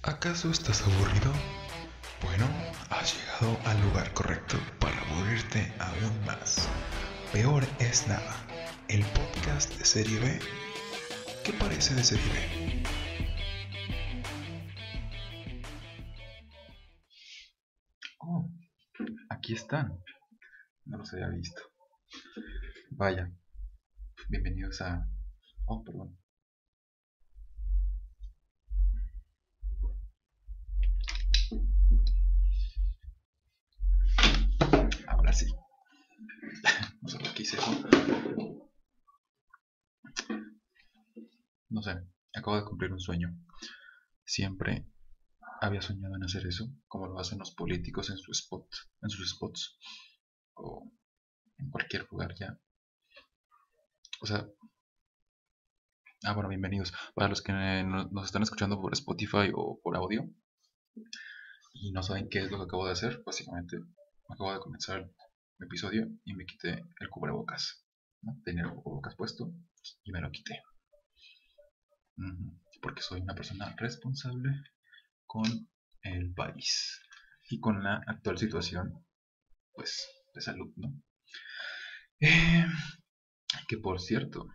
¿Acaso estás aburrido? Bueno, has llegado al lugar correcto para aburrirte aún más. Peor es nada, el podcast de Serie B. ¿Qué parece de Serie B? Oh, aquí están. No los había visto. Vaya, bienvenidos a... Oh, perdón. Ahora sí. No sé por qué hice eso. No sé, acabo de cumplir un sueño. Siempre había soñado en hacer eso, como lo hacen los políticos en sus spots, o en cualquier lugar ya. O sea, bueno, bienvenidos. Para los que nos están escuchando por Spotify o por audio y no saben qué es lo que acabo de hacer, básicamente acabo de comenzar el episodio y me quité el cubrebocas, ¿no? Tenía el cubrebocas puesto y me lo quité. Porque soy una persona responsable con el país y con la actual situación, pues, de salud, ¿no? Eh, que por cierto,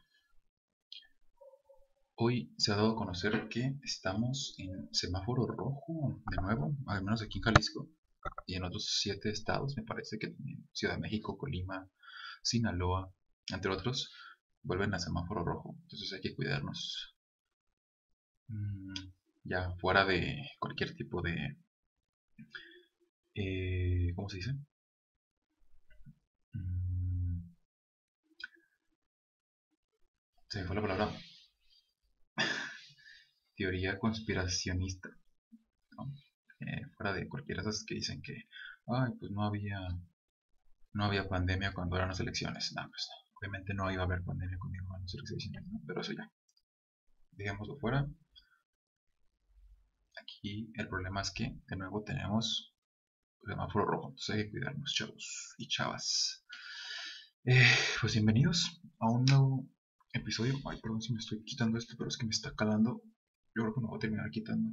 hoy se ha dado a conocer que estamos en semáforo rojo de nuevo, al menos aquí en Jalisco y en otros 7 estados, me parece que también Ciudad de México, Colima, Sinaloa, entre otros, vuelven a semáforo rojo. Entonces hay que cuidarnos. Ya fuera de cualquier tipo de... ¿cómo se dice? Mm, Se me fue la palabra. Teoría conspiracionista, ¿no? Fuera de cualquiera de esas que dicen que ay, pues no había pandemia cuando eran las elecciones. No, pues no. Obviamente no iba a haber pandemia cuando iban las elecciones, ¿no? Pero eso ya, dejémoslo fuera. Aquí el problema es que de nuevo tenemos semáforo rojo, entonces hay que cuidarnos, chavos y chavas. Pues bienvenidos a un nuevo episodio. Ay, perdón si me estoy quitando esto, pero es que me está calando. Yo creo que me voy a terminar quitando.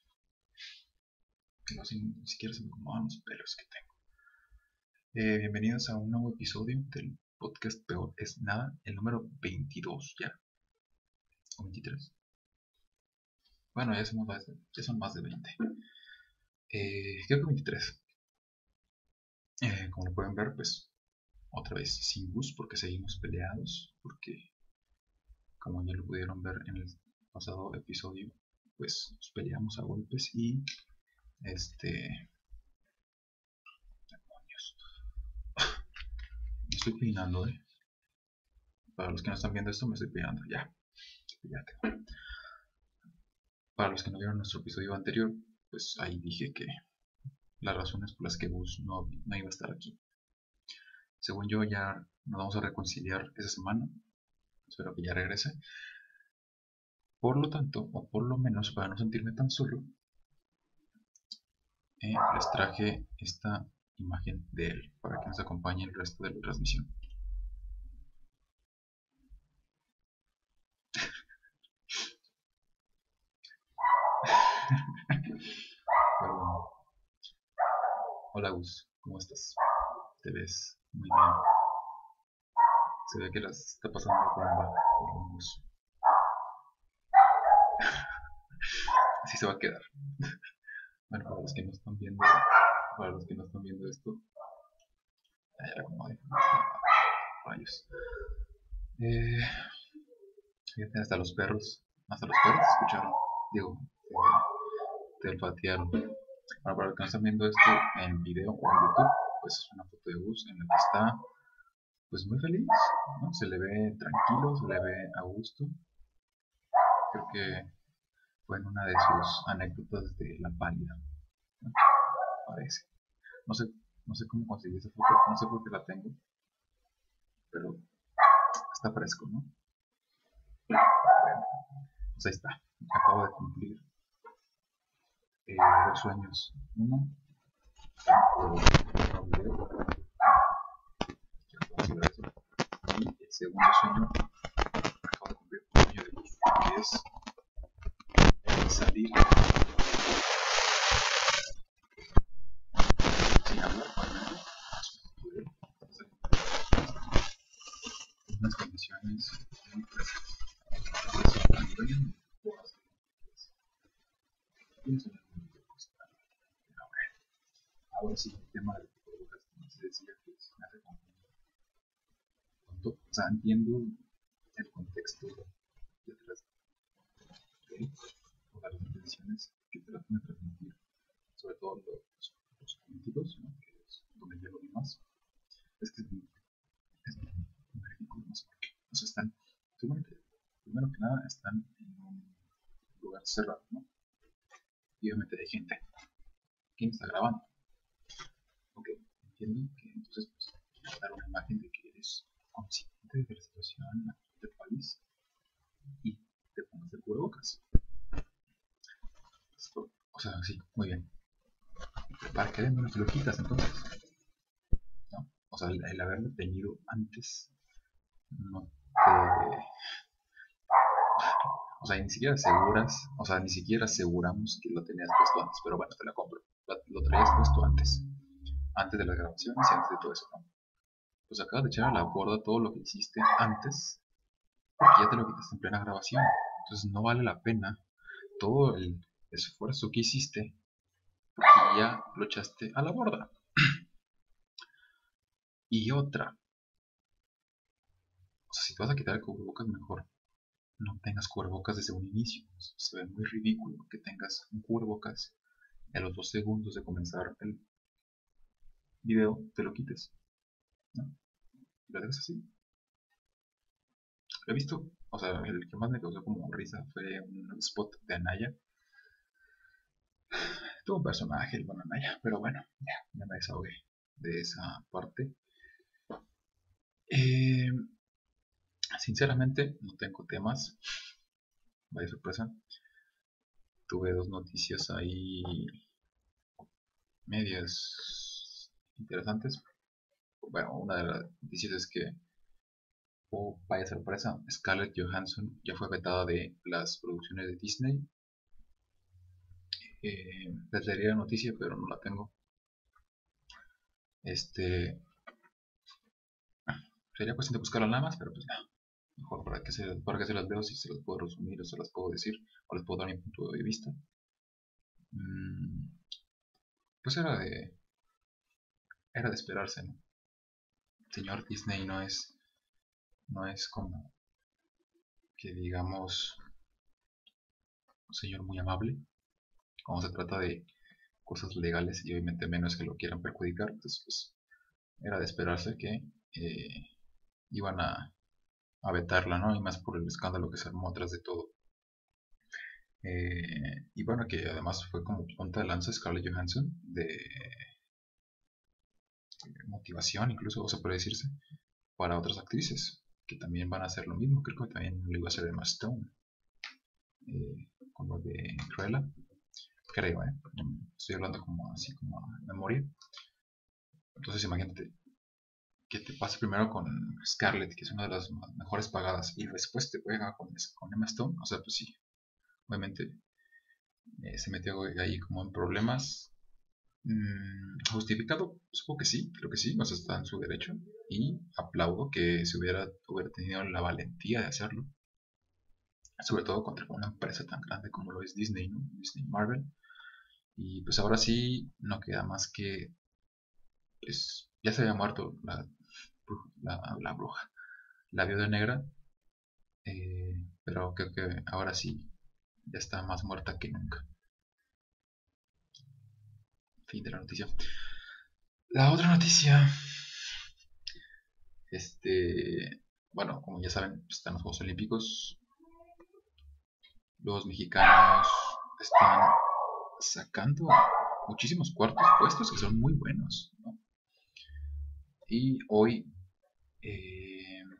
Que no sé, ni siquiera se me acomodan los pelos que tengo. Bienvenidos a un nuevo episodio del podcast Peor es Nada, el número 22 ya. O 23. Bueno, ya son más de 20. Creo que 23. Como lo pueden ver, pues otra vez sin bus porque seguimos peleados. Porque, como ya lo pudieron ver en el pasado episodio, pues nos peleamos a golpes y demonios. Me estoy peinando, Para los que no están viendo esto, me estoy peinando. Ya quedó. Para los que no vieron nuestro episodio anterior, pues ahí dije que las razones por las que Bus no iba a estar aquí. Según yo, ya nos vamos a reconciliar esa semana. Espero que ya regrese. Por lo tanto, o por lo menos para no sentirme tan solo, les traje esta imagen de él para que nos acompañe el resto de la transmisión. Perdón. Hola Gus, ¿cómo estás? Te ves muy bien. Se ve que las está pasando bomba por Gus. Así se va a quedar. Bueno, para los que no están viendo esto, ya como de rayos. Fíjate, hasta los perros escucharon, digo, te olfatearon. Bueno, para los que no están viendo esto en video o en YouTube, pues es una foto de Gus en la que está, pues muy feliz, ¿no? Se le ve tranquilo, se le ve a gusto. Creo que fue en una de sus anécdotas de la pálida, ¿no? Parece. No sé, no sé cómo conseguí esa foto, no sé por qué la tengo, pero está fresco, ¿no? Bueno, pues ahí está. Acabo de cumplir 2 sueños. Uno, y el segundo sueño, acabo de cumplir un sueño de luz, que es salir opiniones muy frescas. Eso a nivel puedo hacer pienso en el mundo de cosas. Pero bueno, ahora sí, el tema del podcast, como se decía, que me hace como tonto. O sea, entiendo el contexto detrás de todas las intenciones que tratan de transmitir, sobre todo los políticos, ¿no? Que es donde yo lo vi más. Es que es muy ridículo, no sé por qué. O sea, están, primero que nada, están en un lugar cerrado, ¿no? Y obviamente hay gente. ¿Quién está grabando? Ok, entiendo que entonces pues, quieres dar una imagen de que eres consciente de la situación del país y te pones el cubrebocas. O sea, sí, muy bien. ¿Para qué demonios lo quitas entonces? ¿No? O sea, el haberlo tenido antes no te... O sea, ni siquiera aseguras, o sea, ni siquiera aseguramos que lo tenías puesto antes, pero bueno, te la compro. Lo traías puesto antes de las grabaciones y antes de todo eso, ¿no? Pues acabas de echar a la borda todo lo que hiciste antes, porque ya te lo quitaste en plena grabación. Entonces no vale la pena todo el esfuerzo que hiciste, porque ya lo echaste a la borda. Y otra, o sea, si te vas a quitar el cubrebocas, mejor no tengas cubrebocas desde un inicio. Se ve muy ridículo que tengas un cubrebocas y a los 2 segundos de comenzar el video te lo quites, ¿no? Y lo dejas así. Lo he visto, o sea, el que más me causó como risa fue un spot de Anaya. Tuvo un personaje, el buen Anaya, pero bueno, ya me desahogué de esa parte. Eh, Sinceramente, no tengo temas, vaya sorpresa. Tuve dos noticias ahí medias interesantes. Bueno, una de las noticias es que, oh, vaya sorpresa, Scarlett Johansson ya fue vetada de las producciones de Disney. Les daría la noticia, pero no la tengo. Sería cuestión de buscarla nada más, pero pues no. Mejor para que se las veo, si se las puedo resumir o se las puedo decir o les puedo dar mi punto de vista. Pues era de esperarse, ¿no? El señor Disney no es como que digamos un señor muy amable cuando se trata de cosas legales y obviamente menos que lo quieran perjudicar. Entonces pues era de esperarse que iban a vetarla, ¿no? Y más por el escándalo que se armó atrás de todo. Y bueno, que además fue como punta de lanza Scarlett Johansson de motivación, incluso, o se puede decirse, para otras actrices que también van a hacer lo mismo. Creo que también lo iba a hacer Emma Stone con lo de Cruella, creo, estoy hablando como así como a memoria. Entonces imagínate que te pase primero con Scarlett, que es una de las mejores pagadas, y después te pega con Emma Stone. O sea, pues sí, obviamente se metió ahí como en problemas. ¿Justificado? Supongo que sí, creo que sí, o sea, está en su derecho. Y aplaudo que se hubiera tenido la valentía de hacerlo, sobre todo contra una empresa tan grande como lo es Disney, ¿no? Disney Marvel. Y pues ahora sí, no queda más que, pues, ya se había muerto la bruja, la viuda negra, pero creo que ahora sí, ya está más muerta que nunca. Fin de la noticia. La otra noticia, bueno, como ya saben, están los Juegos Olímpicos. Los mexicanos están sacando muchísimos cuartos puestos que son muy buenos, ¿no? Y eh,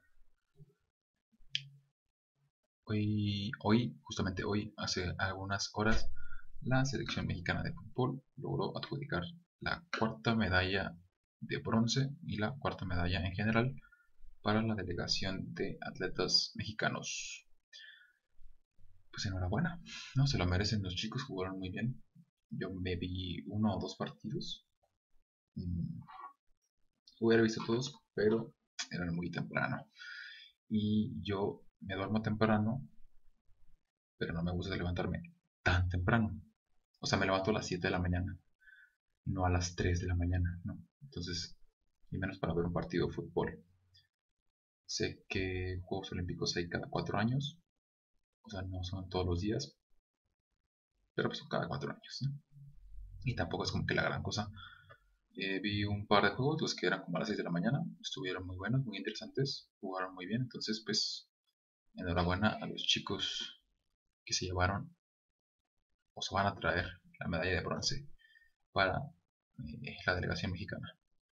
justamente hoy, hace algunas horas, la selección mexicana de fútbol logró adjudicar la cuarta medalla de bronce y la cuarta medalla en general para la delegación de atletas mexicanos. Pues enhorabuena, ¿no? Se lo merecen los chicos, jugaron muy bien. Yo me vi 1 o 2 partidos. Hubiera visto todos, pero eran muy temprano. y yo me duermo temprano, pero no me gusta levantarme tan temprano. O sea, me levanto a las 7 de la mañana, no a las 3 de la mañana, ¿no? Entonces, y menos para ver un partido de fútbol. Sé que Juegos Olímpicos hay cada 4 años, o sea, no son todos los días, pero pues son cada 4 años, ¿no? Y tampoco es como que la gran cosa. Vi un par de juegos, los que eran como a las 6 de la mañana, estuvieron muy buenos, muy interesantes, jugaron muy bien, entonces pues enhorabuena a los chicos que se llevaron o se van a traer la medalla de bronce para la delegación mexicana.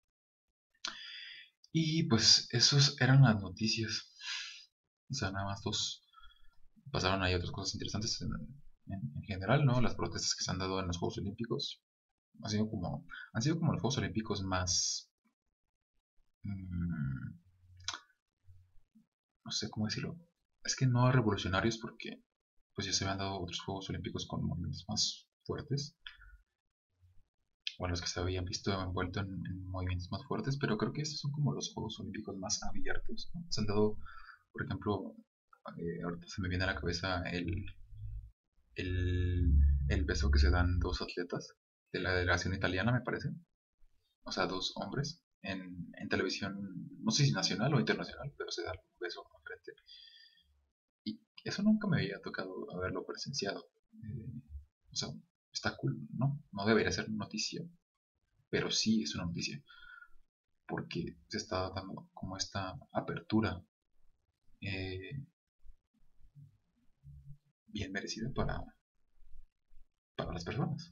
Y pues esos eran las noticias, o sea, nada más dos. Pasaron ahí otras cosas interesantes en general, ¿no? Las protestas que se han dado en los Juegos Olímpicos han sido como los Juegos Olímpicos más, mmm, no sé cómo decirlo, es que no revolucionarios porque pues ya se habían dado otros Juegos Olímpicos con movimientos más fuertes, o los que se habían visto envuelto en movimientos más fuertes, pero creo que estos son como los Juegos Olímpicos más abiertos, ¿no? Se han dado, por ejemplo, ahorita se me viene a la cabeza el, el beso que se dan dos atletas de la delegación italiana, me parece, o sea, dos hombres en televisión, no sé si nacional o internacional, pero se da un beso frente. Y eso nunca me había tocado haberlo presenciado. O sea, está cool, ¿no? No debería ser noticia, pero sí es una noticia, porque se está dando como esta apertura eh, bien merecida para las personas.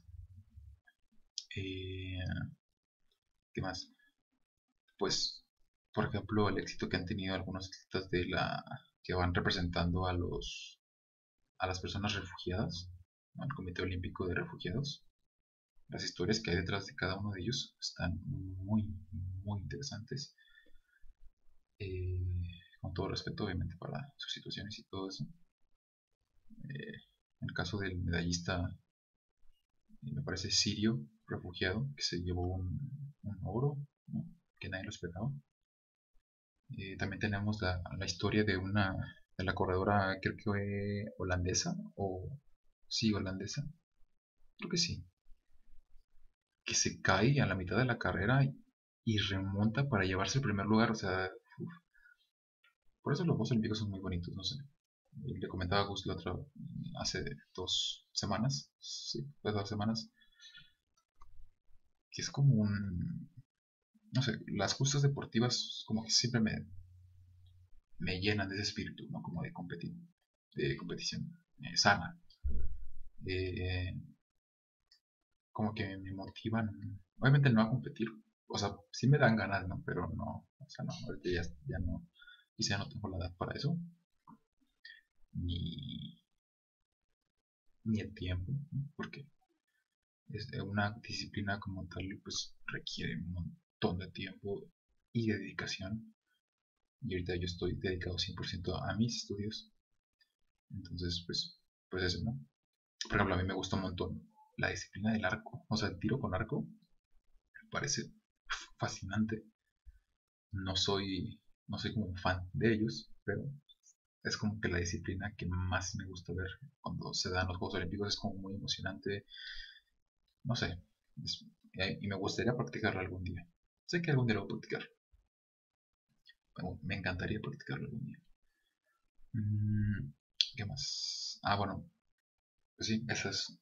Eh, ¿Qué más? Pues, por ejemplo, el éxito que han tenido algunos atletas que van representando a las personas refugiadas, ¿no? Al Comité Olímpico de Refugiados. Las historias que hay detrás de cada uno de ellos están muy, muy interesantes. Con todo respeto, obviamente, para sus situaciones y todo eso. En el caso del medallista, me parece sirio, refugiado, que se llevó un oro, ¿no? Que nadie lo esperaba. También tenemos la historia de la corredora, creo que fue holandesa, o sí, holandesa, creo que sí, que se cae a la mitad de la carrera y remonta para llevarse el primer lugar, o sea, uf. Por eso los Juegos Olímpicos son muy bonitos, no sé. Le comentaba a Gus hace 2 semanas, sí, hace 2 semanas, que es como no sé, las justas deportivas como que siempre me llenan de ese espíritu, ¿no? Como de competición sana. Eh, Como que me motivan, obviamente no a competir, o sea, sí me dan ganas, ¿no? Pero no, o sea, no, ahorita ya no, quizá no tengo la edad para eso, ni, ni el tiempo, ¿no? Porque una disciplina como tal, pues requiere un montón de tiempo y de dedicación, y ahorita yo estoy dedicado 100% a mis estudios, entonces, pues eso, ¿no? Por ejemplo, a mí me gusta un montón la disciplina del arco, o sea, el tiro con arco, me parece fascinante. No soy, no soy como un fan de ellos, pero es como que la disciplina que más me gusta ver cuando se dan los Juegos Olímpicos es como muy emocionante, no sé, y me gustaría practicarlo algún día. Sé que algún día lo voy a practicar, me encantaría practicarlo algún día. Mm, ¿Qué más? Ah, bueno, pues sí, esas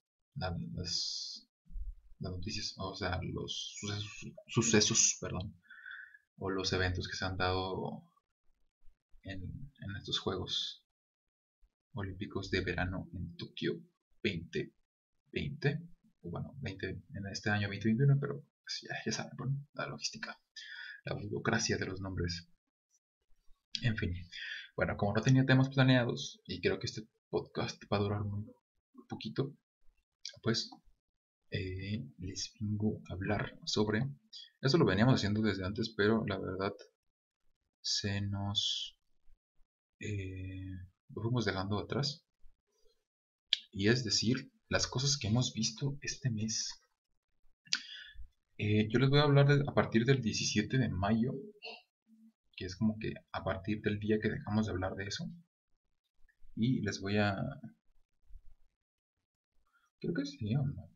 las noticias, o sea, los sucesos, perdón, o los eventos que se han dado en estos Juegos Olímpicos de Verano en Tokio 2020, o bueno, 20, en este año 2021, pero pues ya saben, bueno, la logística, la burocracia de los nombres, en fin. Bueno, como no tenía temas planeados y creo que este podcast va a durar muy poquito, pues les vengo a hablar sobre... Eso lo veníamos haciendo desde antes, pero la verdad se nos... lo fuimos dejando atrás. Y es decir, las cosas que hemos visto este mes. Yo les voy a hablar a partir del 17 de mayo que es como que a partir del día que dejamos de hablar de eso. Y les voy a... Creo que sí o no.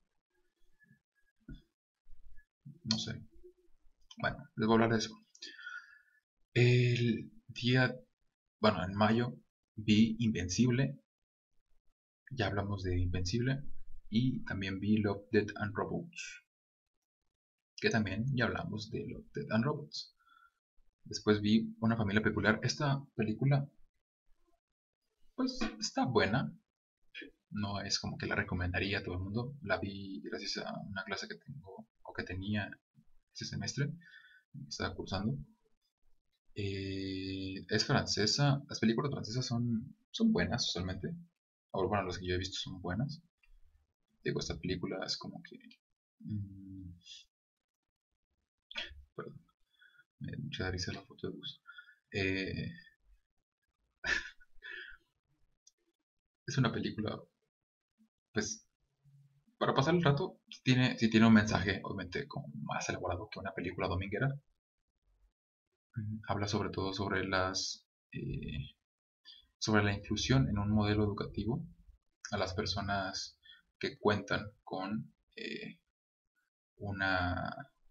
No sé. Bueno, les voy a hablar de eso. El día... Bueno, en mayo vi Invencible. Ya hablamos de Invencible. Y también vi Love, Death and Robots. Que también ya hablamos de Love, Death and Robots. Después vi Una familia peculiar. Esta película, pues, está buena. No es como que la recomendaría a todo el mundo. La vi gracias a una clase que tengo o que tenía ese semestre. Estaba cursando. Es francesa. Las películas francesas son buenas usualmente. O bueno, las que yo he visto son buenas. Digo, esta película es como que... mm, perdón, me da mucha risa la foto de bus. Eh, es una película, pues, para pasar el rato, sí tiene un mensaje, obviamente, como más elaborado que una película dominguera. Habla sobre todo sobre la inclusión en un modelo educativo a las personas que cuentan con una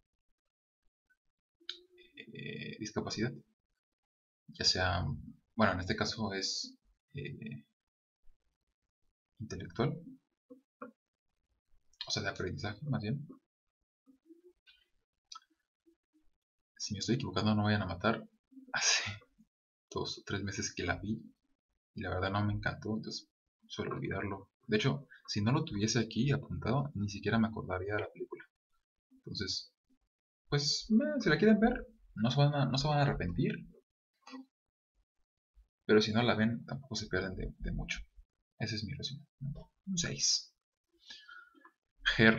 discapacidad, ya sea, bueno, en este caso es eh, intelectual, o sea, de aprendizaje más bien. Si me estoy equivocando, no vayan a matar. Hace 2 o 3 meses que la vi y la verdad no me encantó, entonces suelo olvidarlo. De hecho, si no lo tuviese aquí apuntado, ni siquiera me acordaría de la película. Entonces, pues, si la quieren ver, no se van a arrepentir, pero si no la ven, tampoco se pierden de mucho. Ese es mi resumen, ¿no? Un 6. Her,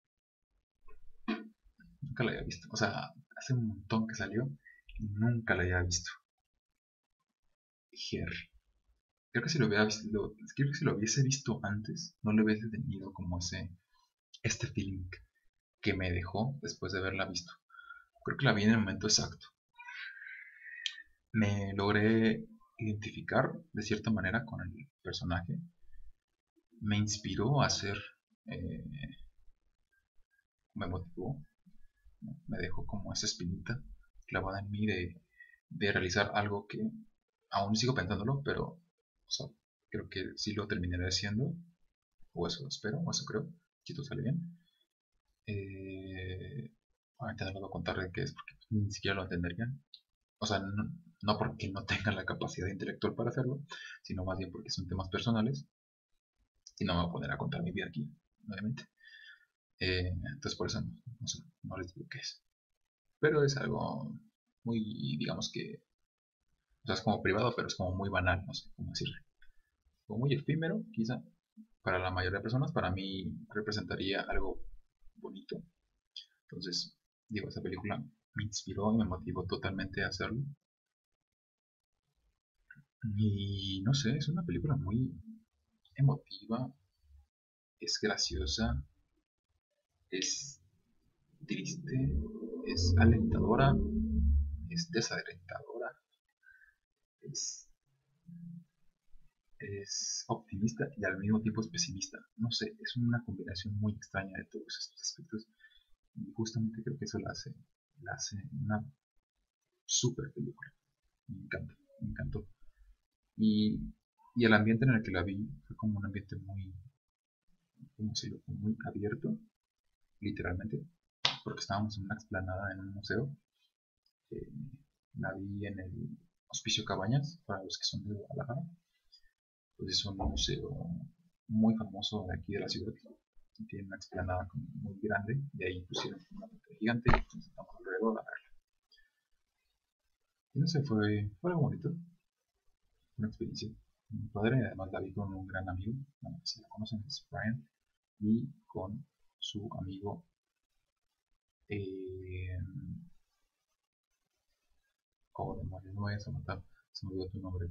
nunca la había visto. O sea, hace un montón que salió y nunca la había visto. Her. Creo que si lo hubiera visto, creo que si lo hubiese visto antes, no le hubiese tenido como este feeling que me dejó después de haberla visto. Creo que la vi en el momento exacto. Me logré identificar de cierta manera con el personaje. Me inspiró a hacer, eh, me motivó, ¿no? Me dejó como esa espinita clavada en mí de realizar algo que aún sigo pensándolo, pero o sea, creo que sí lo terminaré haciendo, o eso espero, o eso creo, si todo sale bien. Obviamente no les voy a contar de qué es porque ni siquiera lo entenderían. O sea, no porque no tengan la capacidad intelectual para hacerlo, sino más bien porque son temas personales y no me voy a poner a contar mi vida aquí, obviamente. Entonces por eso no sé, no les digo qué es. Pero es algo muy, digamos que, o sea, es como privado, pero es como muy banal, no sé cómo decirlo. Como muy efímero, quizá, para la mayoría de personas, para mí representaría algo bonito. Entonces, digo, esa película me inspiró y me motivó totalmente a hacerlo. Y no sé, es una película muy emotiva, es graciosa, es triste, es alentadora, es desalentadora, es, es optimista y al mismo tiempo es pesimista. No sé, es una combinación muy extraña de todos estos aspectos y justamente creo que eso la hace una super película. Me encanta, me encantó. Y, y el ambiente en el que la vi fue como un ambiente muy, ¿cómo decirlo? Muy abierto, literalmente, porque estábamos en una explanada en un museo. eh, la vi en el Hospicio Cabañas, para los que son de Guadalajara. Pues es un museo muy famoso de aquí de la ciudad. Tiene una explanada como muy grande y ahí pusieron una pantalla gigante y nos sentamos alrededor a verla. Y no sé, fue algo bonito, una experiencia muy padre. Además la vi con un gran amigo, bueno, si lo conocen es Brian, y con su amigo, eh, oh demonios, no me vayas a matar, se me olvidó tu nombre,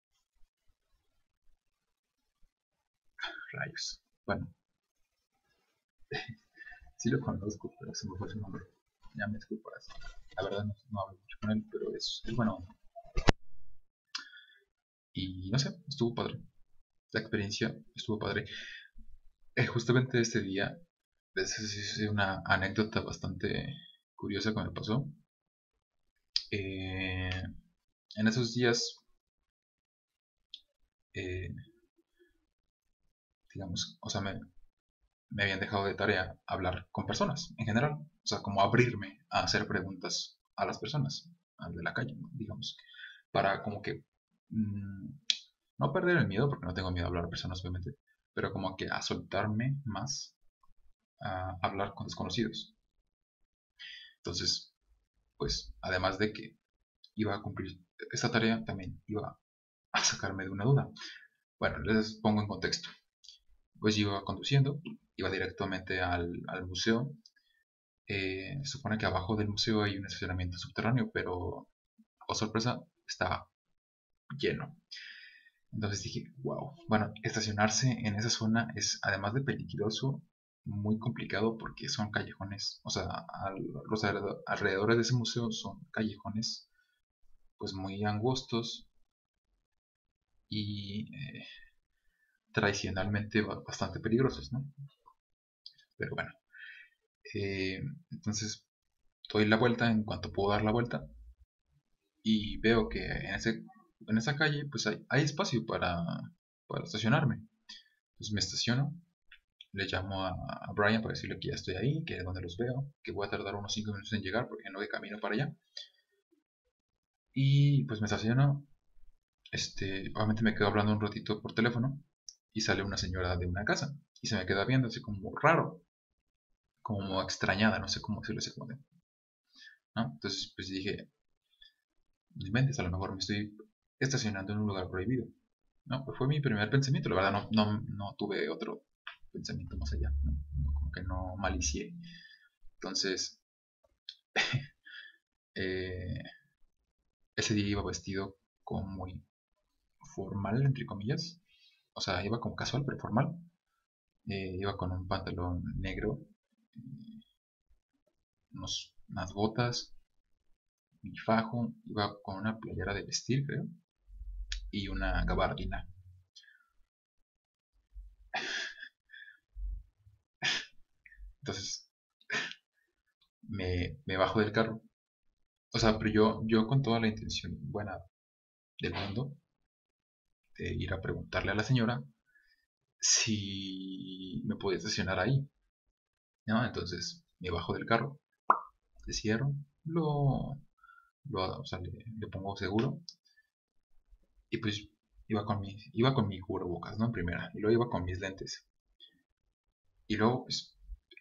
rayos. Bueno, sí lo conozco, pero se me fue su nombre. Ya me disculparás. la verdad no hablo mucho con él, pero es bueno. Y no sé, estuvo padre. La experiencia estuvo padre. Justamente este día, es una anécdota bastante curiosa que me pasó. Eh, en esos días, eh, digamos, o sea, me habían dejado de tarea hablar con personas en general. O sea, como abrirme a hacer preguntas a las personas, al de la calle, ¿no? Digamos, para como que mm, no perder el miedo, porque no tengo miedo a hablar a personas, obviamente, pero como que a soltarme más a hablar con desconocidos. Entonces, pues, además de que iba a cumplir esta tarea, también iba a sacarme de una duda. Bueno, les pongo en contexto. Pues yo iba conduciendo, iba directamente al museo. Se supone que abajo del museo hay un estacionamiento subterráneo, pero, oh sorpresa, está lleno. Entonces dije, wow, bueno, estacionarse en esa zona es, además de peligroso, muy complicado porque son callejones, o sea, los alrededores de ese museo son callejones pues muy angostos y tradicionalmente bastante peligrosos, ¿no? Pero bueno, eh, entonces doy la vuelta en cuanto puedo dar la vuelta y veo que en esa calle pues hay espacio para estacionarme. Entonces me estaciono, le llamo a Brian para decirle que ya estoy ahí, que es donde los veo, que voy a tardar unos 5 minutos en llegar porque no hay camino para allá. Y pues me estaciono, obviamente me quedo hablando un ratito por teléfono y sale una señora de una casa y se me queda viendo así como raro, como extrañada, no sé cómo decirlo así como ¿no? Entonces pues dije, no inventes, a lo mejor me estoy estacionando en un lugar prohibido. No, pues fue mi primer pensamiento, la verdad no tuve otro pensamiento más allá, ¿no? Como que no malicié. Entonces, eh, ese día iba vestido como muy formal, entre comillas. O sea, iba como casual, pero formal. Iba con un pantalón negro, eh, unas botas, mi fajo, iba con una playera de vestir, creo, y una gabardina. Entonces me bajo del carro. O sea, pero yo con toda la intención buena del mundo de ir a preguntarle a la señora si me podía estacionar ahí, ¿no? Entonces me bajo del carro, le cierro, o sea, le pongo seguro y pues iba con mi cubrebocas, ¿no? En primera, y luego iba con mis lentes. Y luego pues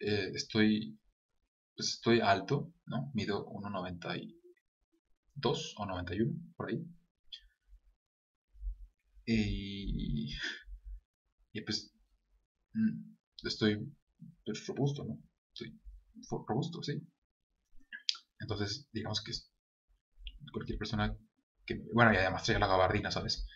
estoy alto, ¿no? Mido 1,92 o 91 por ahí. Y, y pues estoy pues, robusto, ¿no? Estoy robusto, sí. Entonces, digamos que cualquier persona que, bueno, y además traía la gabardina, ¿sabes?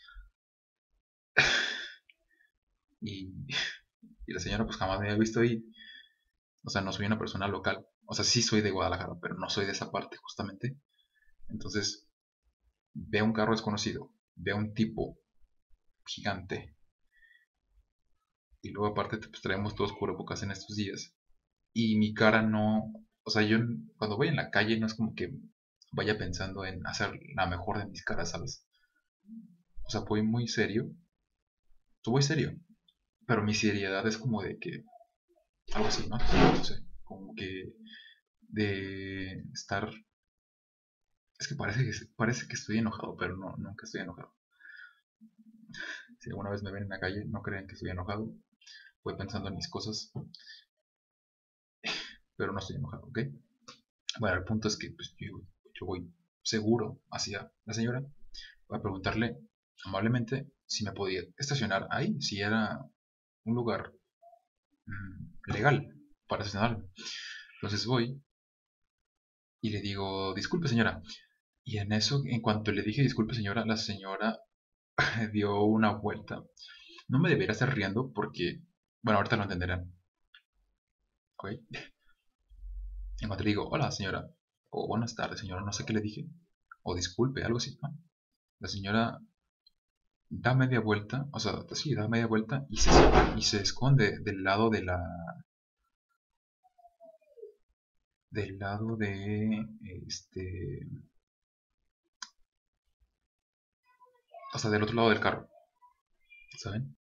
Y, y la señora pues jamás me había visto ahí. O sea, no soy una persona local. O sea, sí soy de Guadalajara, pero no soy de esa parte justamente. Entonces, veo un carro desconocido, veo un tipo gigante. Y luego aparte pues, traemos todos cubrebocas en estos días. Y mi cara no... O sea, yo cuando voy en la calle no es como que vaya pensando en hacer la mejor de mis caras, ¿sabes? O sea, voy muy serio. Voy serio. Pero mi seriedad es como de que... Algo así, ¿no? No sé. Como que de estar... Es que parece que estoy enojado, pero no, nunca estoy enojado. Si alguna vez me ven en la calle, no crean que estoy enojado. Voy pensando en mis cosas, pero no estoy enojado, ¿ok? Bueno, el punto es que pues, yo voy seguro hacia la señora. Voy a preguntarle amablemente si me podía estacionar ahí, si era un lugar legal para estacionarme. Entonces voy y le digo, disculpe señora. Y en eso, en cuanto le dije disculpe señora, la señora dio una vuelta. No me debería estar riendo porque, bueno, ahorita lo entenderán. ¿Ok? En cuanto le digo, hola señora, o buenas tardes, señora, no sé qué le dije, o disculpe, algo así, ¿no? La señora da media vuelta, o sea, sí, da media vuelta y se esconde del lado de, o sea, del otro lado del carro, ¿saben?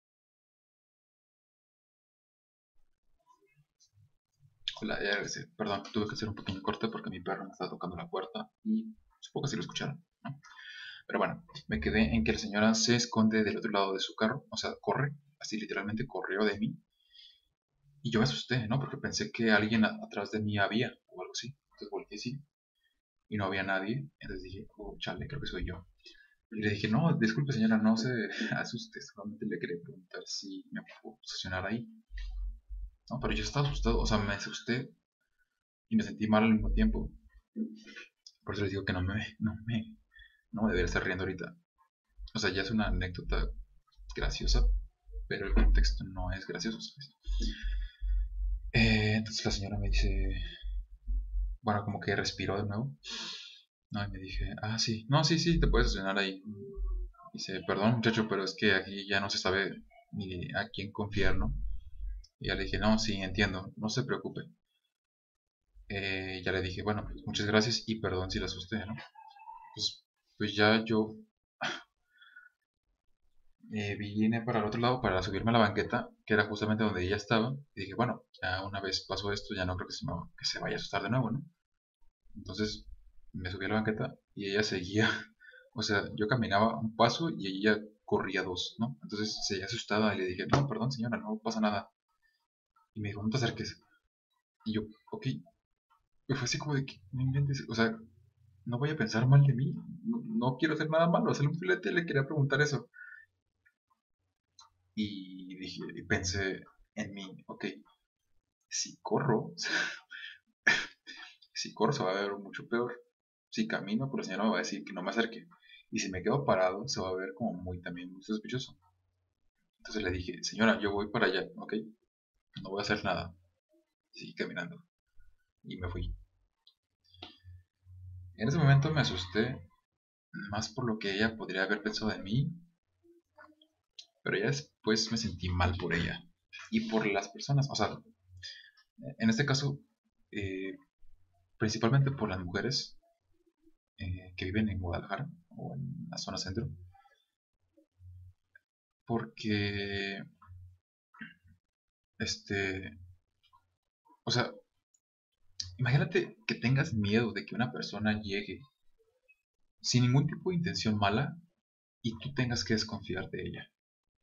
Hola, ya regresé. Perdón, tuve que hacer un pequeño corte porque mi perro me estaba tocando la puerta y supongo que sí lo escucharon, ¿no? Pero bueno, me quedé en que la señora se esconde del otro lado de su carro, o sea, corre, así literalmente corrió de mí. Y yo me asusté, ¿no? Porque pensé que alguien atrás de mí había o algo así. Entonces volteé así y no había nadie. Entonces dije, oh, chale, creo que soy yo. Y le dije, no, disculpe señora, no se asuste, solamente le quería preguntar si me puedo estacionar ahí. No, pero yo estaba asustado, o sea, me asusté y me sentí mal al mismo tiempo. Por eso les digo que no me debería estar riendo ahorita. O sea, ya es una anécdota graciosa, pero el contexto no es gracioso, ¿sabes? Entonces la señora me dice, bueno, como que respiró de nuevo. No, y me dije, ah, sí, no, sí, sí, te puedes estacionar ahí. Dice, perdón muchacho, pero es que aquí ya no se sabe ni a quién confiar, ¿no? Y ya le dije, no, sí, entiendo, no se preocupe. Ya le dije, bueno, pues muchas gracias y perdón si la asusté, ¿no? Pues, pues ya yo vine para el otro lado para subirme a la banqueta, que era justamente donde ella estaba. Y dije, bueno, ya una vez pasó esto, ya no creo que se vaya a asustar de nuevo, ¿no? Entonces me subí a la banqueta y ella seguía, o sea, yo caminaba un paso y ella corría dos, ¿no? Entonces seguía asustada y le dije, no, perdón señora, no pasa nada. Y me dijo, no te acerques. Y yo, ok. Y fue así como de que, no inventes, o sea, no voy a pensar mal de mí, no, no quiero hacer nada malo, hacer un filete le quería preguntar eso. Y dije, y pensé en mí, ok, si corro, si corro se va a ver mucho peor. Si camino, pues la señora me va a decir que no me acerque. Y si me quedo parado, se va a ver como muy también muy sospechoso. Entonces le dije, señora, yo voy para allá, ok, no voy a hacer nada. Y seguí caminando. Y me fui. En ese momento me asusté más por lo que ella podría haber pensado de mí, pero ya después me sentí mal por ella. Y por las personas, o sea, en este caso, eh, principalmente por las mujeres que viven en Guadalajara o en la zona centro, porque, este, o sea, imagínate que tengas miedo de que una persona llegue sin ningún tipo de intención mala y tú tengas que desconfiar de ella,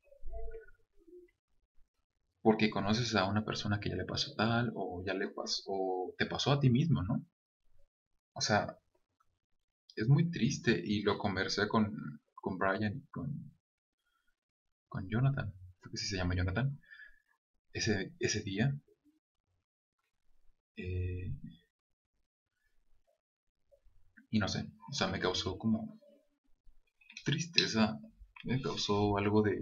porque conoces a una persona que ya le pasó tal o ya le pasó, o te pasó a ti mismo, ¿no? O sea, es muy triste y lo conversé con Brian y con Jonathan, creo que sí se llama Jonathan, ese día. eh, y no sé, o sea, me causó como tristeza, me causó algo de,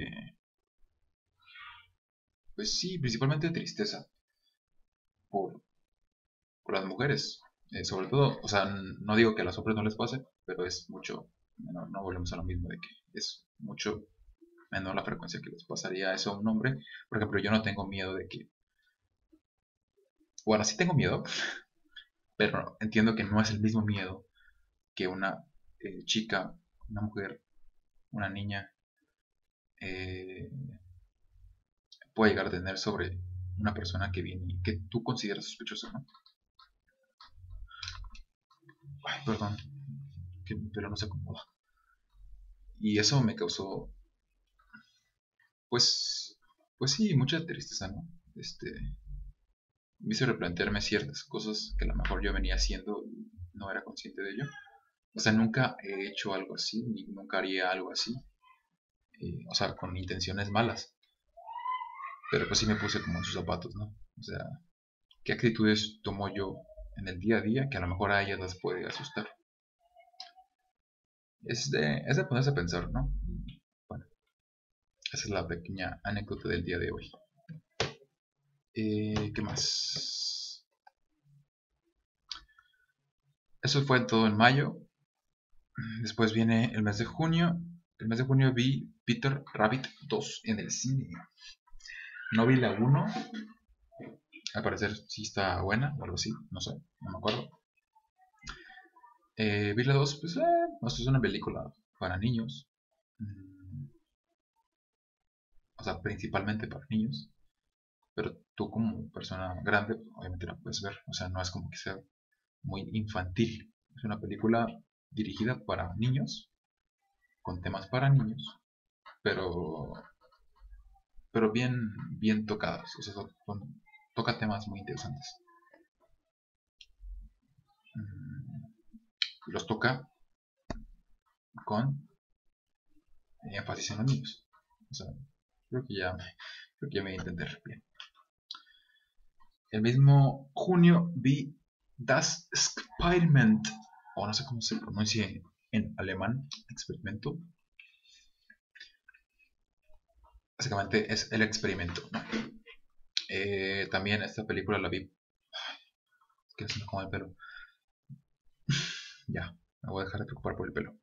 pues sí, principalmente tristeza por, por las mujeres, sobre todo, o sea, no digo que a los hombres no les pase, pero es mucho, no volvemos a lo mismo de que es mucho menor la frecuencia que les pasaría eso a un hombre. Por ejemplo, yo no tengo miedo de que, bueno, sí tengo miedo, pero entiendo que no es el mismo miedo que una chica, una mujer, una niña eh, puede llegar a tener sobre una persona que viene y que tú consideras sospechosa, ¿no? Ay, perdón, que mi pelo no se acomoda. Y eso me causó, pues, pues sí, mucha tristeza, ¿no? Me hizo replantearme ciertas cosas que a lo mejor yo venía haciendo y no era consciente de ello. O sea, nunca he hecho algo así, ni nunca haría algo así, o sea, con intenciones malas. Pero pues sí me puse como en sus zapatos, ¿no? O sea, ¿qué actitudes tomo yo en el día a día que a lo mejor a ellas las puede asustar? Es de ponerse a pensar, ¿no? Bueno, esa es la pequeña anécdota del día de hoy. ¿Qué más? Eso fue todo en mayo. Después viene el mes de junio. El mes de junio vi Peter Rabbit 2 en el cine. No vi la 1. Al parecer sí está buena o algo así. No sé, no me acuerdo. Vi la 2, pues es una película para niños. O sea, principalmente para niños. Pero tú como persona grande, obviamente la puedes ver. O sea, no es como que sea muy infantil. Es una película dirigida para niños, con temas para niños, pero, pero bien tocados. O sea, toca temas muy interesantes. Los toca con énfasis en los niños. O sea, creo que ya me entender bien. El mismo junio vi Das Experiment, o no sé cómo se pronuncia en alemán, experimento. Básicamente es el experimento, ¿no? También esta película la vi. Es que se me come el pelo. Ya, me voy a dejar de preocupar por el pelo.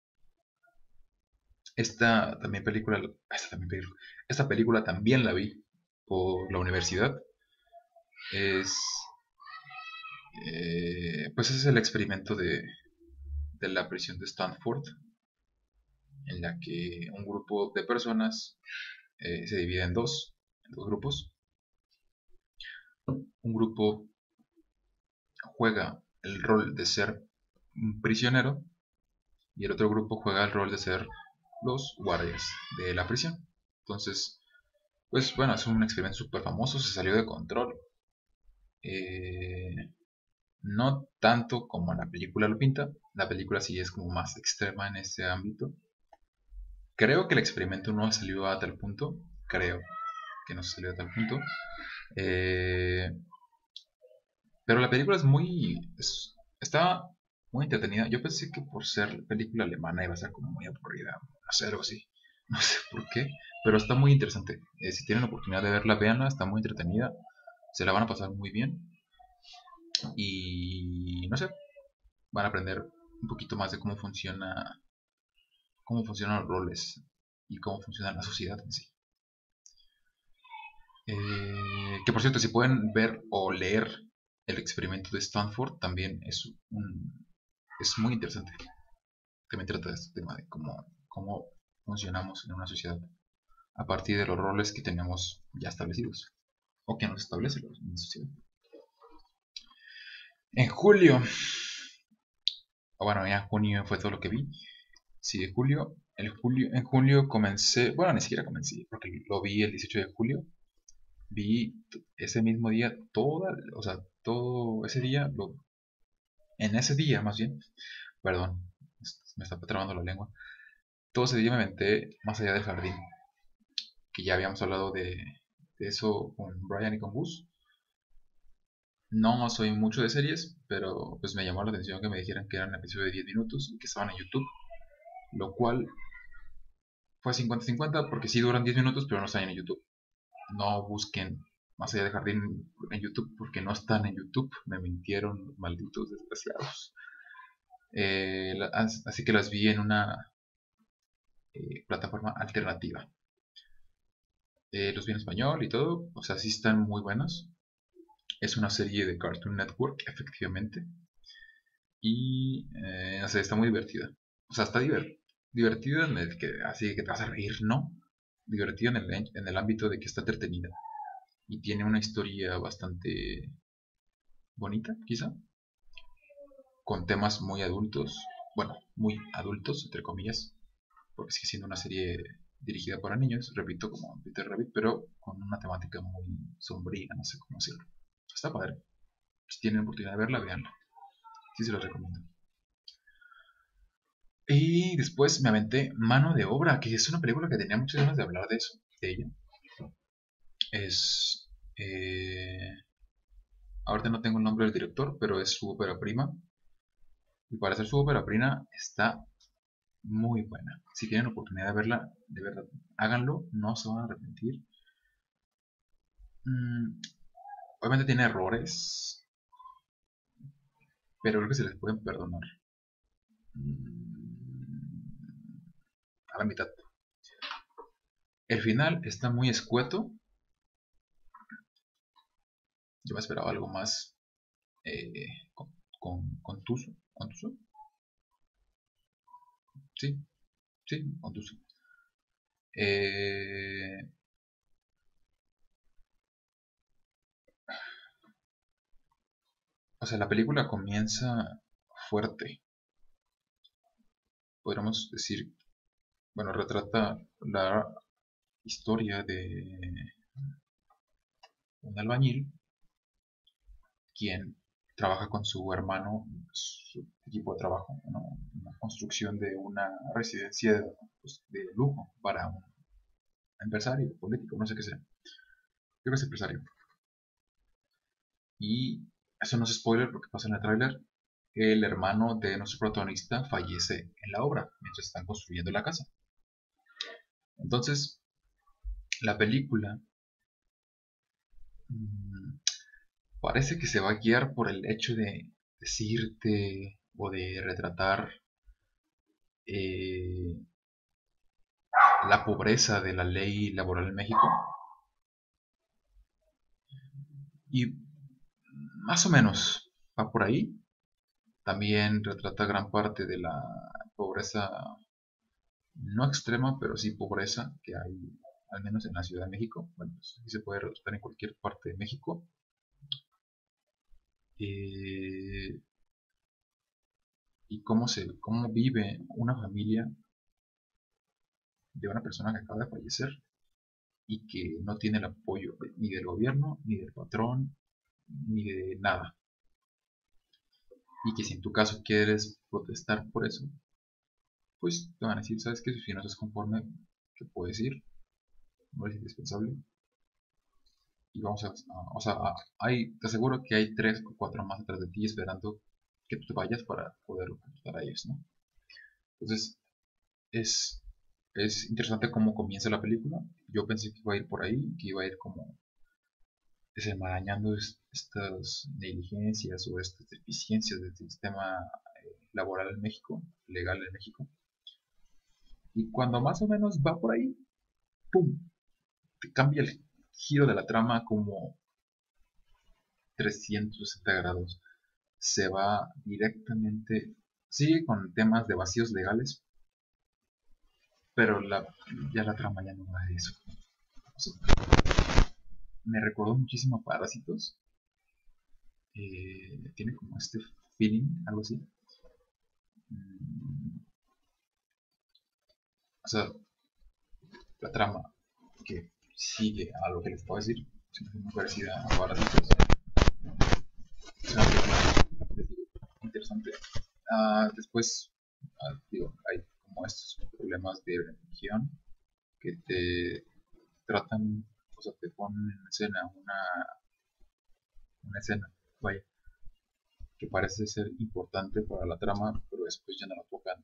Esta película también la vi por la universidad. Pues es el experimento de la prisión de Stanford, en la que un grupo de personas se divide en dos grupos. Un grupo juega el rol de ser un prisionero y el otro grupo juega el rol de ser los guardias de la prisión. Entonces, pues bueno, es un experimento súper famoso, se salió de control. No tanto como la película lo pinta, la película sí es como más extrema en ese ámbito. Creo que el experimento no salió a tal punto, creo que no salió a tal punto. Eh, pero la película está muy entretenida. Yo pensé que por ser película alemana iba a ser como muy aburrida, no sé, algo así. No sé por qué, pero está muy interesante. Si tienen la oportunidad de verla, véanla, está muy entretenida. Se la van a pasar muy bien. Y no sé, van a aprender un poquito más de cómo funcionan los roles y cómo funciona la sociedad en sí. Que por cierto, si pueden ver o leer el experimento de Stanford, también es muy interesante. También trata de este tema de cómo funcionamos en una sociedad a partir de los roles que tenemos ya establecidos o que nos establece la sociedad. En julio, o bueno, ya en junio fue todo lo que vi. Sí, de julio. En julio comencé, bueno, ni siquiera comencé, porque lo vi el 18 de julio. Vi ese mismo día o sea, todo ese día, en ese día más bien, perdón, me está trabando la lengua. Todo ese día me aventé Más allá del jardín, que ya habíamos hablado de eso con Brian y con Gus. No soy mucho de series, pero pues me llamó la atención que me dijeran que eran episodios de 10 minutos y que estaban en YouTube, lo cual fue 50-50 porque sí duran 10 minutos, pero no están en YouTube. No busquen Más allá del jardín en YouTube porque no están en YouTube. Me mintieron, malditos desgraciados. Así que las vi en una plataforma alternativa. Los vi en español y todo, o sea, sí están muy buenos. Es una serie de Cartoon Network, efectivamente. Y, no sé, está muy divertida. O sea, está divertida en el que, así que te vas a reír, ¿no? Divertida en el ámbito de que está entretenida. Y tiene una historia bastante bonita, quizá. Con temas muy adultos. Bueno, muy adultos, entre comillas. Porque sigue siendo una serie dirigida para niños, repito, como Peter Rabbit, pero con una temática muy sombría, no sé cómo decirlo. Está padre. Si tienen oportunidad de verla, veanla. Sí se los recomiendo. Y después me aventé Mano de Obra, que es una película que tenía muchas ganas de hablar de eso, de ella. Es... ahorita no tengo el nombre del director, pero es su ópera prima. Y para ser su ópera prima está muy buena. Si tienen oportunidad de verla, de verdad, háganlo, no se van a arrepentir. Obviamente tiene errores, pero creo que se les pueden perdonar. Mm, a la mitad. El final está muy escueto. Yo me esperaba algo más eh, contuso. ¿Contuso? Sí, sí, contuso. Eh, o sea, la película comienza fuerte. Podríamos decir, bueno, retrata la historia de un albañil quien trabaja con su hermano, su equipo de trabajo, ¿no? Una construcción de una residencia pues, de lujo para un empresario, político, no sé qué sea. Creo que es empresario. Y eso no es spoiler porque pasa en el tráiler. El hermano de nuestro protagonista fallece en la obra mientras están construyendo la casa. Entonces, la película mmm, parece que se va a guiar por el hecho de decirte o de retratar eh, la pobreza de la ley laboral en México. Y más o menos va por ahí. También retrata gran parte de la pobreza, no extrema, pero sí pobreza que hay, al menos en la Ciudad de México. Bueno, pues, sí se puede retratar en cualquier parte de México. Eh, y cómo vive una familia de una persona que acaba de fallecer y que no tiene el apoyo ni del gobierno, ni del patrón, ni de nada. Y que si en tu caso quieres protestar por eso, pues te van a decir, ¿sabes qué? Si no estás conforme, que puedes ir, no es indispensable. Y vamos o sea, te aseguro que hay 3 o 4 más atrás de ti esperando que tú te vayas para poder ayudar a ellos, ¿no? Entonces, es, es interesante cómo comienza la película. Yo pensé que iba a ir por ahí, que iba a ir como desenmarañando estas negligencias o estas deficiencias del sistema laboral en México, legal en México. Y cuando más o menos va por ahí, ¡pum! Te cambia el giro de la trama como 360 grados. Se va directamente, sigue con temas de vacíos legales, pero ya la trama ya no va de eso. O sea, me recordó muchísimo a Parásitos. Tiene como este feeling, algo así. O sea, la trama que sigue a lo que les puedo decir, es muy parecida a Parásitos. Es una película interesante. Después, digo, hay como estos problemas de religión que te tratan, o sea, te ponen en escena una escena, vaya, que parece ser importante para la trama, pero después ya no la tocan.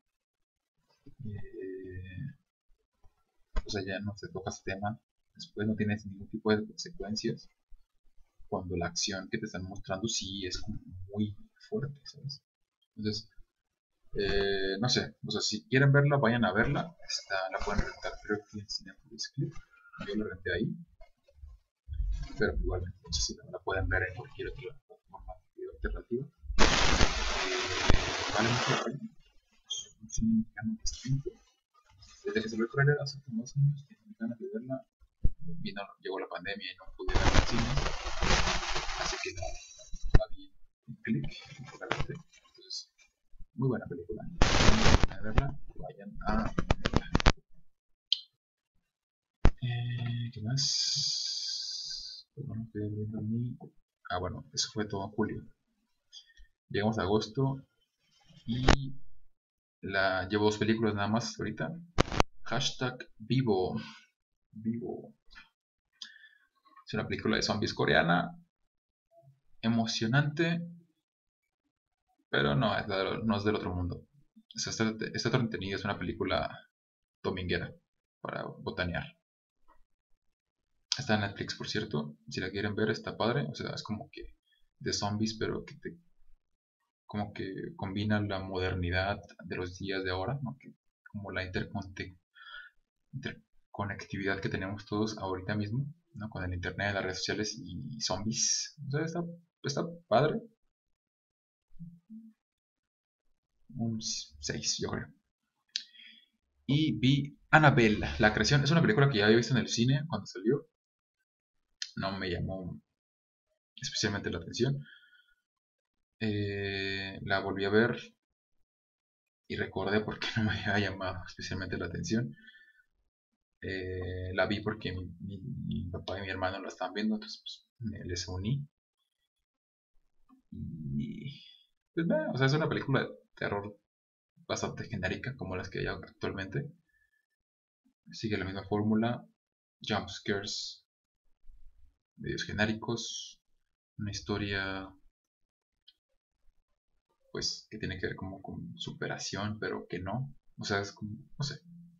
Eh, o sea, ya no se toca ese tema, después no tienes ningún tipo de consecuencias, cuando la acción que te están mostrando sí es como muy fuerte, ¿sabes? Entonces, no sé, o sea, si quieren verla, vayan a verla, la pueden rentar creo que en Cinepolis Clip, yo la renté ahí, pero igualmente, no sé si la pueden ver en cualquier otra plataforma alternativa. Vale mucho la pena, es un cine mexicano distinto. Desde que salió el trailer hace como 2 años, tenía ganas de verla. Llegó la pandemia y no pude verla en cine, así que la vi en click, entonces, muy buena película. Si a verla, vayan a verla. ¿Qué más? Pues bueno, estoy abriendo mi. Bueno, eso fue todo en julio. Llegamos a agosto y llevo 2 películas nada más ahorita. Hashtag Vivo. Vivo. Es una película de zombies coreana. Emocionante, pero no es del otro mundo. Está entretenida, es una película dominguera para botanear. Está en Netflix, por cierto. Si la quieren ver, está padre. O sea, es como que de zombies, pero que te como que combina la modernidad de los días de ahora, ¿no? Como la interconectividad que tenemos todos ahorita mismo, ¿no? Con el internet, las redes sociales y zombies. O sea, está padre. Un 6, yo creo. Y vi Annabelle, la creación. Es una película que ya había visto en el cine cuando salió. No me llamó especialmente la atención. La volví a ver y recordé por qué no me había llamado especialmente la atención. La vi porque mi papá y mi hermano la estaban viendo, entonces pues, les uní. Y pues, o sea, es una película de terror bastante genérica como las que hay actualmente. Sigue la misma fórmula, jump scares medios genéricos, una historia pues que tiene que ver como con superación, pero que no. O sea, es como, no sé,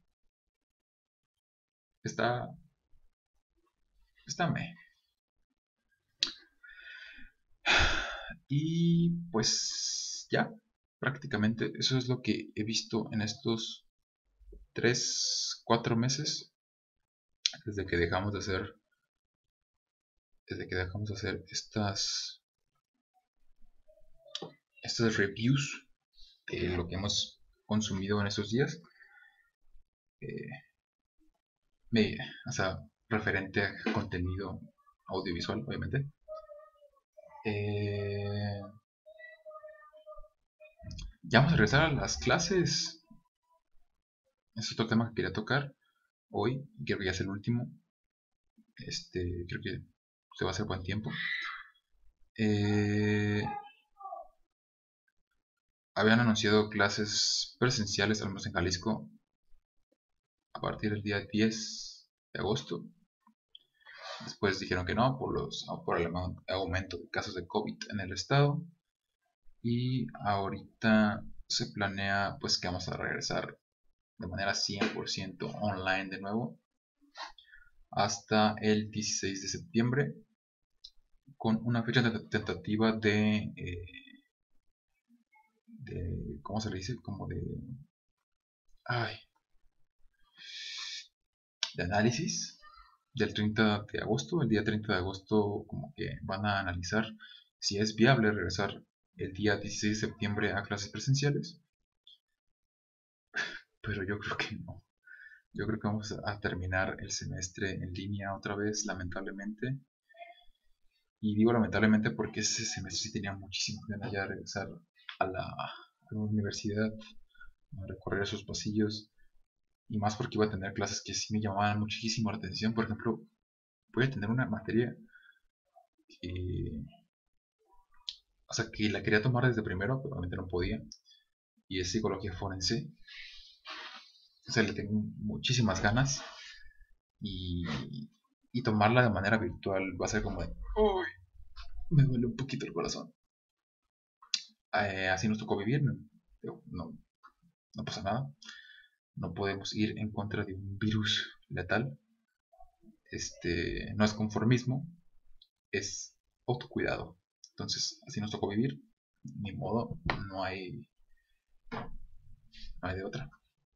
está, está meh. Y pues ya, prácticamente eso es lo que he visto en estos 3, 4 meses desde que dejamos de hacer, estas reviews de lo que hemos consumido en estos días. Eh, o sea, referente a contenido audiovisual, obviamente. Eh, ya vamos a regresar a las clases. Es otro tema que quería tocar hoy. Creo que ya es el último. Creo que se va a hacer buen tiempo. Habían anunciado clases presenciales, al menos en Jalisco, a partir del día 10 de agosto. Después dijeron que no por el aumento de casos de COVID en el estado. Y ahorita se planea pues que vamos a regresar de manera 100% online de nuevo hasta el 16 de septiembre con una fecha tentativa de ¿cómo se le dice? Como ay, de análisis del 30 de agosto. El día 30 de agosto como que van a analizar si es viable regresar el día 16 de septiembre a clases presenciales, pero yo creo que no. Yo creo que vamos a terminar el semestre en línea otra vez, lamentablemente. Y digo lamentablemente porque ese semestre sí tenía muchísimo ganas ya de regresar a la universidad, a recorrer sus pasillos. Y más porque iba a tener clases que sí me llamaban muchísimo la atención. Por ejemplo, voy a tener una materia que, o sea, que la quería tomar desde primero, pero obviamente no podía. Y es psicología forense. O sea, le tengo muchísimas ganas. Y, y tomarla de manera virtual va a ser como de, uy, me duele un poquito el corazón. Así nos tocó vivir, no pasa nada. No podemos ir en contra de un virus letal. No es conformismo, es autocuidado. Entonces, así nos tocó vivir. Ni modo, no hay, no hay de otra.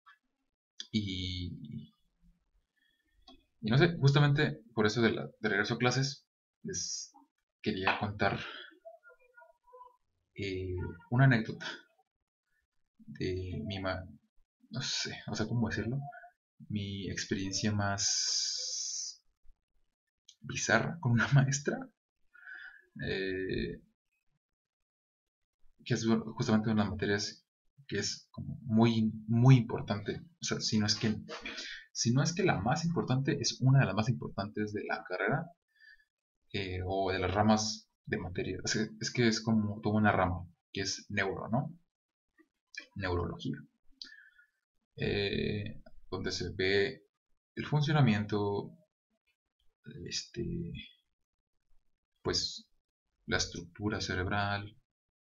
Y, y no sé, justamente por eso de regreso a clases, les quería contar una anécdota de no sé, o sea, ¿cómo decirlo? Mi experiencia más bizarra con una maestra, eh, que es justamente una de las materias que es como muy, muy importante. O sea, si no es que la más importante, es una de las más importantes de la carrera, o de las ramas de materia. Es que es como toda una rama, que es ¿no? Neurología. Eh, donde se ve el funcionamiento, este, pues la estructura cerebral,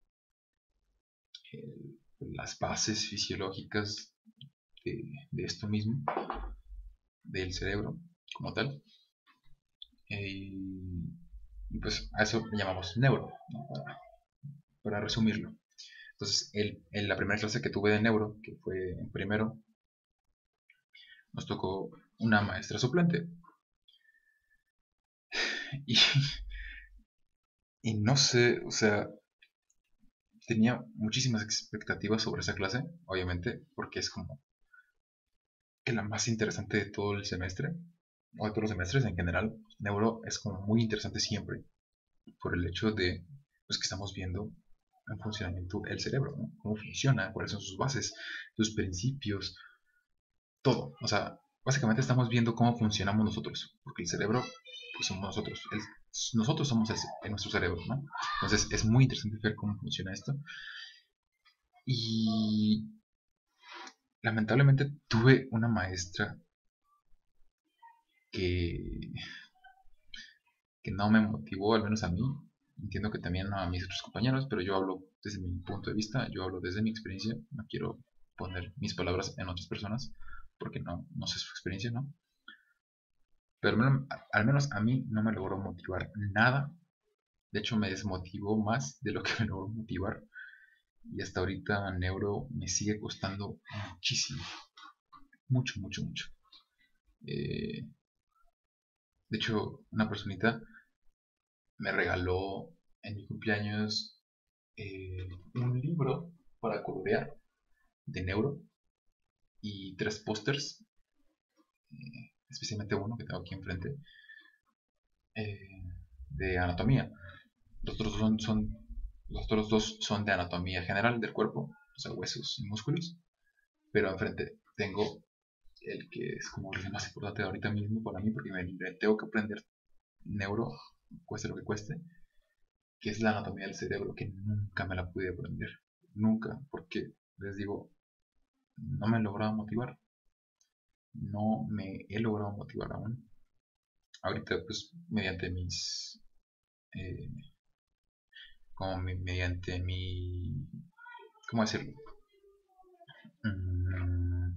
las bases fisiológicas de esto mismo, del cerebro como tal. Y pues a eso le llamamos neuro, ¿no? Para resumirlo. Entonces, en la primera clase que tuve de neuro, que fue en primero, nos tocó una maestra suplente. Y, y no sé, o sea, tenía muchísimas expectativas sobre esa clase, obviamente, porque es como que la más interesante de todo el semestre, o de todos los semestres en general. Neuro es como muy interesante siempre, por el hecho de pues, que estamos viendo en funcionamiento el cerebro, ¿no? Cómo funciona, cuáles son sus bases, sus principios, todo. O sea, básicamente estamos viendo cómo funcionamos nosotros, porque el cerebro, pues somos nosotros. Nosotros somos en nuestro cerebro, ¿no? Entonces es muy interesante ver cómo funciona esto. Y lamentablemente tuve una maestra que, que no me motivó, al menos a mí. Entiendo que también a mis otros compañeros, pero yo hablo desde mi punto de vista, yo hablo desde mi experiencia. No quiero poner mis palabras en otras personas, porque no sé su experiencia, ¿no? Pero al menos a mí no me logró motivar nada. De hecho, me desmotivó más de lo que me logró motivar. Y hasta ahorita Neuro me sigue costando muchísimo. Mucho, mucho, mucho. Eh, de hecho, una personita me regaló en mi cumpleaños un libro para colorear de Neuro y 3 pósters, especialmente uno que tengo aquí enfrente, eh, de anatomía. Los otros, los otros dos son de anatomía general del cuerpo, o sea, huesos y músculos. Pero enfrente tengo el que es como el más importante ahorita mismo para mí, porque me tengo que aprender neuro, cueste lo que cueste, que es la anatomía del cerebro, que nunca me la pude aprender. Nunca, porque les digo, no me he logrado motivar. No me he logrado motivar aún. Ahorita, pues, mediante mis. Eh, mediante mi. ¿Cómo decirlo? Mm,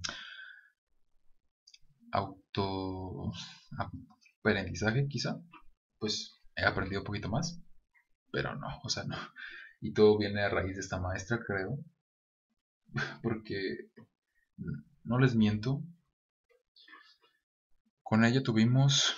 auto. Aprendizaje, quizá. Pues he aprendido un poquito más. Pero no, o sea, no. Y todo viene a raíz de esta maestra, creo. Porque. No les miento. Con ella tuvimos.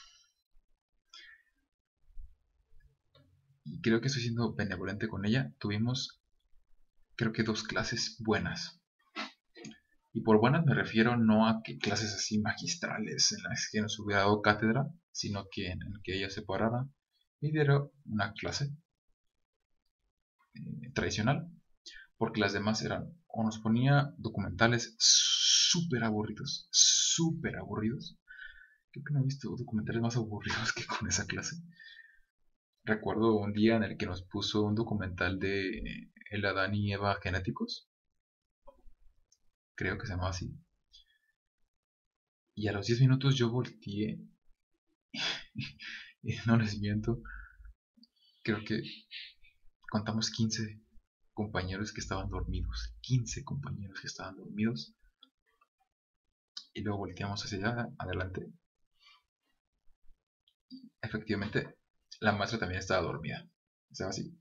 Y creo que estoy siendo benevolente con ella. Tuvimos, creo que 2 clases buenas. Y por buenas me refiero no a que clases así magistrales en las que nos hubiera dado cátedra, sino que en que ella se parara y diera una clase tradicional, porque las demás eran o nos ponía documentales súper aburridos. Creo que no he visto documentales más aburridos que con esa clase. Recuerdo un día en el que nos puso un documental de el Adán y Eva genéticos, creo que se llamaba así. Y a los 10 minutos yo volteé y no les miento, creo que contamos 15 compañeros que estaban dormidos. 15 compañeros que estaban dormidos. Y luego volteamos hacia allá, adelante. Efectivamente, la maestra también estaba dormida. Estaba así.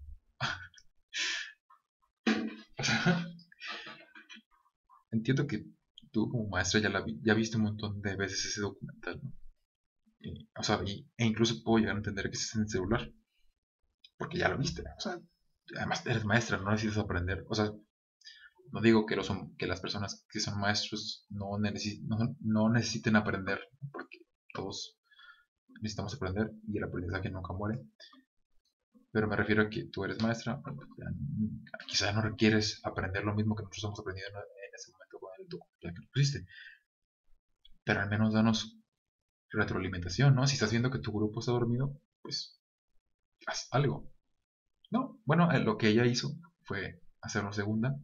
Entiendo que tú como maestra ya viste un montón de veces ese documental, ¿no? O sea, e incluso puedo llegar a entender que estés en el celular, porque ya lo viste. O sea, además eres maestra, no necesitas aprender. O sea, no digo que las personas que son maestros no necesiten aprender, porque todos necesitamos aprender y el aprendizaje nunca muere. Pero me refiero a que tú eres maestra, quizás no requieres aprender lo mismo que nosotros hemos aprendido en ese momento con el documental que pusiste. Pero al menos danos retroalimentación, ¿no? Si estás viendo que tu grupo está dormido, pues haz algo. No, bueno, lo que ella hizo fue hacernos segunda,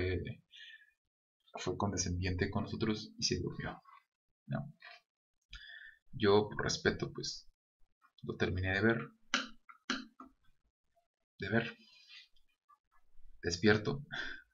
fue condescendiente con nosotros y se durmió, ¿no? Yo, por respeto, pues lo terminé de ver, despierto,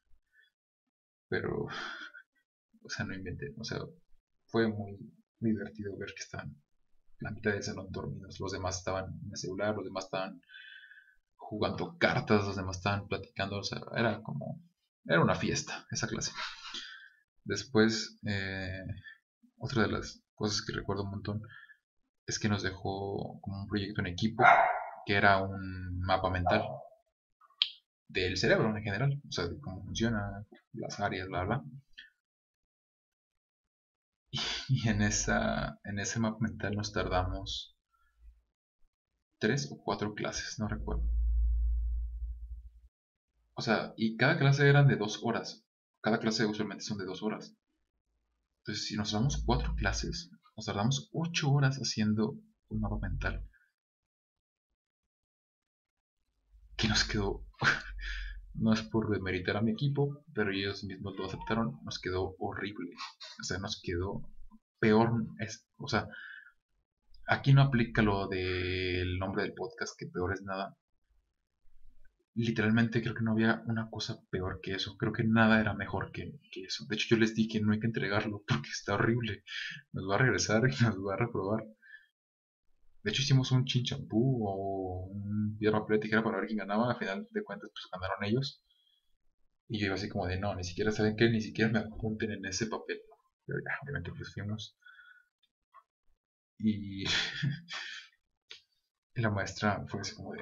pero, o sea, no inventé, o sea, fue muy, muy divertido ver que estaban la mitad del salón dormidos, los demás estaban en el celular, los demás estaban jugando cartas, los demás estaban platicando, o sea, era una fiesta esa clase. Después, otra de las cosas que recuerdo un montón es que nos dejó como un proyecto en equipo que era un mapa mental del cerebro en general, o sea, de cómo funciona, las áreas, bla, bla. Y en ese mapa mental nos tardamos 3 o 4 clases, no recuerdo. O sea, y cada clase eran de 2 horas. Cada clase usualmente son de 2 horas. Entonces, si nos damos 4 clases, nos tardamos 8 horas haciendo un mapa mental. Que nos quedó, no es por demeritar a mi equipo, pero ellos mismos lo aceptaron, nos quedó horrible. O sea, nos quedó peor. O sea, aquí no aplica lo del nombre del podcast, que peor es nada. Literalmente creo que no había una cosa peor que eso. Creo que nada era mejor que eso. De hecho, yo les dije que no hay que entregarlo porque está horrible. Nos va a regresar y nos va a reprobar. De hecho, hicimos un chinchampú o un piedra, papel, tijera para ver quién ganaba. Al final de cuentas, pues ganaron ellos. Y yo iba así como de, no, ni siquiera saben qué, ni siquiera me apunten en ese papel. Pero ya, obviamente, pues fuimos. Y la maestra fue así como de,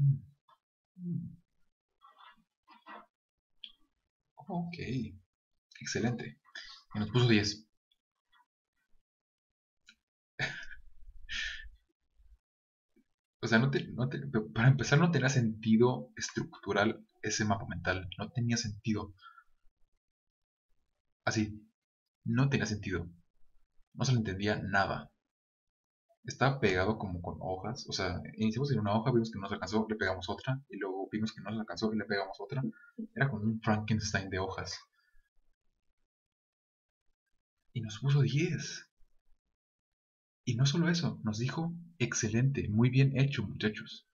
ok, excelente. Y nos puso 10. O sea, para empezar no tenía sentido estructural ese mapa mental. No tenía sentido. Así, no tenía sentido. No se le entendía nada. Estaba pegado como con hojas. O sea, iniciamos en una hoja, vimos que no nos alcanzó, le pegamos otra. Y luego vimos que no nos alcanzó y le pegamos otra. Era como un Frankenstein de hojas. Y nos puso 10. Y no solo eso, nos dijo, excelente, muy bien hecho, muchachos.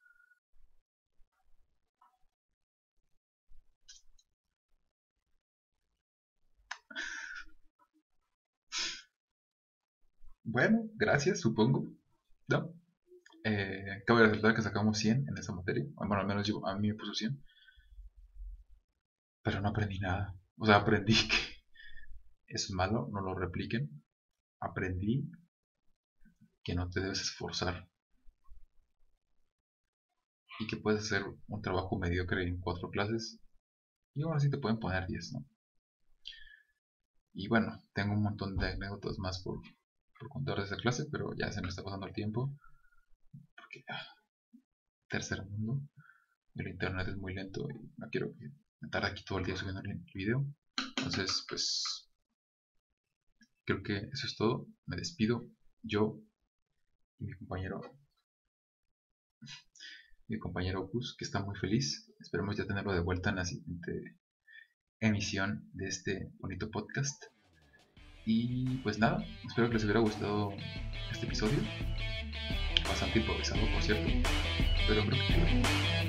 Bueno, gracias, supongo. ¿No? Cabe resaltar que sacamos 100 en esa materia. Bueno, al menos a mí me puso 100. Pero no aprendí nada. O sea, aprendí que es malo, no lo repliquen. Aprendí que no te debes esforzar y que puedes hacer un trabajo mediocre en 4 clases y ahora sí te pueden poner 10, ¿no? Y bueno, tengo un montón de anécdotas más por contar de esa clase, pero ya se me está pasando el tiempo porque tercer mundo, el internet es muy lento y no quiero que me tarde aquí todo el día subiendo el video. Entonces, pues creo que eso es todo. Me despido. Yo y mi compañero Opus, que está muy feliz. Esperemos ya tenerlo de vuelta en la siguiente emisión de este bonito podcast. Y pues nada, espero que les hubiera gustado este episodio. Bastante improvisado, por cierto, pero creo que